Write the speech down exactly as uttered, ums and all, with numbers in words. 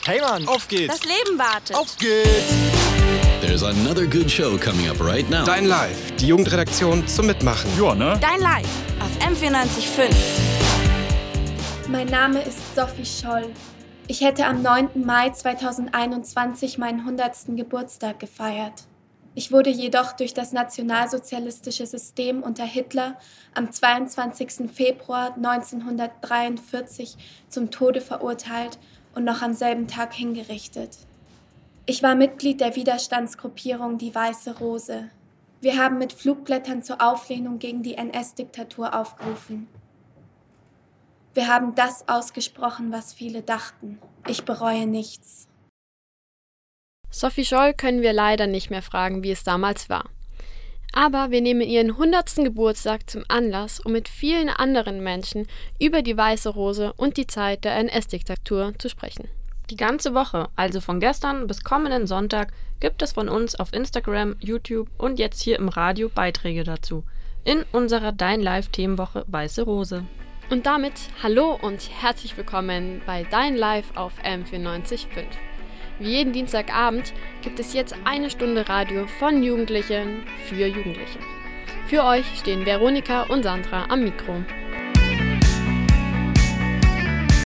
Hey Mann, auf geht's! Das Leben wartet. Auf geht's! There's another good show coming up right now. Dein Live, die Jugendredaktion zum Mitmachen. Ja, ne? Dein Live auf M vierundneunzig Komma fünf. Mein Name ist Sophie Scholl. Ich hätte am neunten Mai zweitausendeinundzwanzig meinen hundertsten Geburtstag gefeiert. Ich wurde jedoch durch das nationalsozialistische System unter Hitler am zweiundzwanzigsten Februar neunzehnhundertdreiundvierzig zum Tode verurteilt und noch am selben Tag hingerichtet. Ich war Mitglied der Widerstandsgruppierung Die Weiße Rose. Wir haben mit Flugblättern zur Auflehnung gegen die N S-Diktatur aufgerufen. Wir haben das ausgesprochen, was viele dachten. Ich bereue nichts. Sophie Scholl können wir leider nicht mehr fragen, wie es damals war. Aber wir nehmen ihren hundertsten Geburtstag zum Anlass, um mit vielen anderen Menschen über die Weiße Rose und die Zeit der N S-Diktatur zu sprechen. Die ganze Woche, also von gestern bis kommenden Sonntag, gibt es von uns auf Instagram, YouTube und jetzt hier im Radio Beiträge dazu. In unserer Dein Live-Themenwoche Weiße Rose. Und damit hallo und herzlich willkommen bei Dein Live auf M vierundneunzig Komma fünf. Wie jeden Dienstagabend gibt es jetzt eine Stunde Radio von Jugendlichen für Jugendliche. Für euch stehen Veronika und Sandra am Mikro.